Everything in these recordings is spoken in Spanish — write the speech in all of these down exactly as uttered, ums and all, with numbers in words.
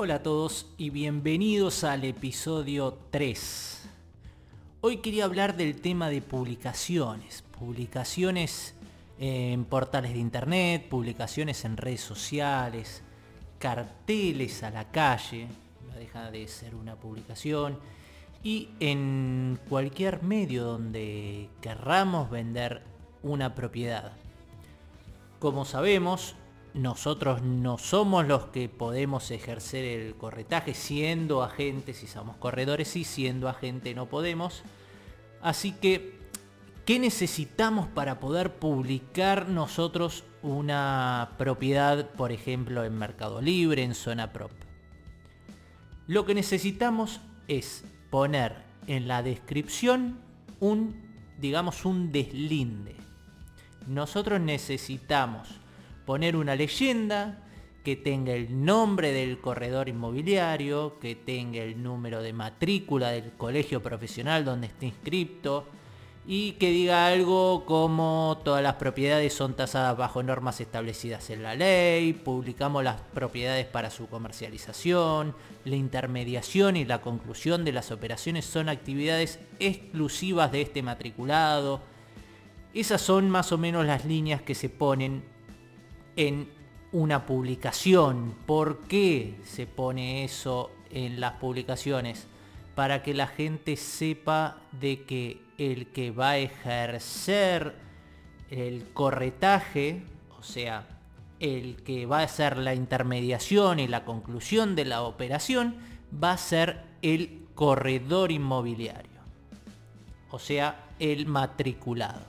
Hola a todos y bienvenidos al episodio tres. Hoy quería hablar del tema de publicaciones. Publicaciones en portales de internet, publicaciones en redes sociales, carteles a la calle, no deja de ser una publicación, y en cualquier medio donde querramos vender una propiedad. Como sabemos, nosotros no somos los que podemos ejercer el corretaje siendo agentes, si somos corredores y siendo agente no podemos. Así que, ¿qué necesitamos para poder publicar nosotros una propiedad, por ejemplo, en Mercado Libre, en Zona Prop? Lo que necesitamos es poner en la descripción un, digamos, un deslinde. Nosotros necesitamos poner una leyenda que tenga el nombre del corredor inmobiliario, que tenga el número de matrícula del colegio profesional donde esté inscripto y que diga algo como todas las propiedades son tasadas bajo normas establecidas en la ley, publicamos las propiedades para su comercialización, la intermediación y la conclusión de las operaciones son actividades exclusivas de este matriculado. Esas son más o menos las líneas que se ponen en una publicación. ¿Por qué se pone eso en las publicaciones? Para que la gente sepa de que el que va a ejercer el corretaje, o sea, el que va a hacer la intermediación y la conclusión de la operación, va a ser el corredor inmobiliario, o sea, el matriculado.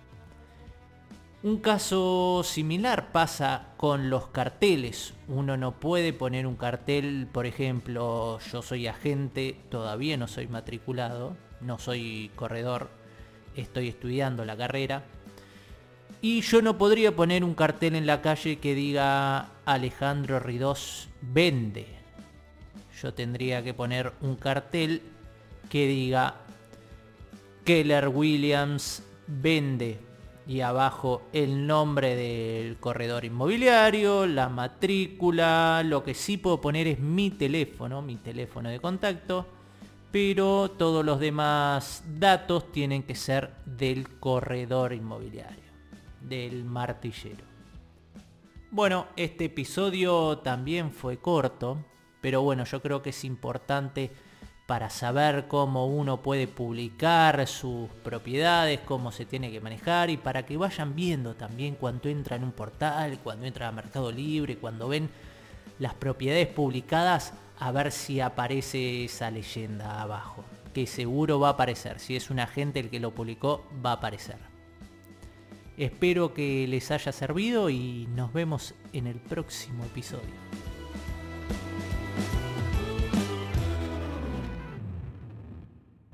Un caso similar pasa con los carteles. Uno no puede poner un cartel, por ejemplo, yo soy agente, todavía no soy matriculado, no soy corredor, estoy estudiando la carrera. Y yo no podría poner un cartel en la calle que diga Alejandro Ridós vende. Yo tendría que poner un cartel que diga Keller Williams vende. Y abajo el nombre del corredor inmobiliario, la matrícula. Lo que sí puedo poner es mi teléfono, mi teléfono de contacto. Pero todos los demás datos tienen que ser del corredor inmobiliario, del martillero. Bueno, este episodio también fue corto, pero bueno, yo creo que es importante para saber cómo uno puede publicar sus propiedades, cómo se tiene que manejar y para que vayan viendo también cuando entra en un portal, cuando entra a Mercado Libre, cuando ven las propiedades publicadas, a ver si aparece esa leyenda abajo, que seguro va a aparecer. Si es un agente el que lo publicó, va a aparecer. Espero que les haya servido y nos vemos en el próximo episodio.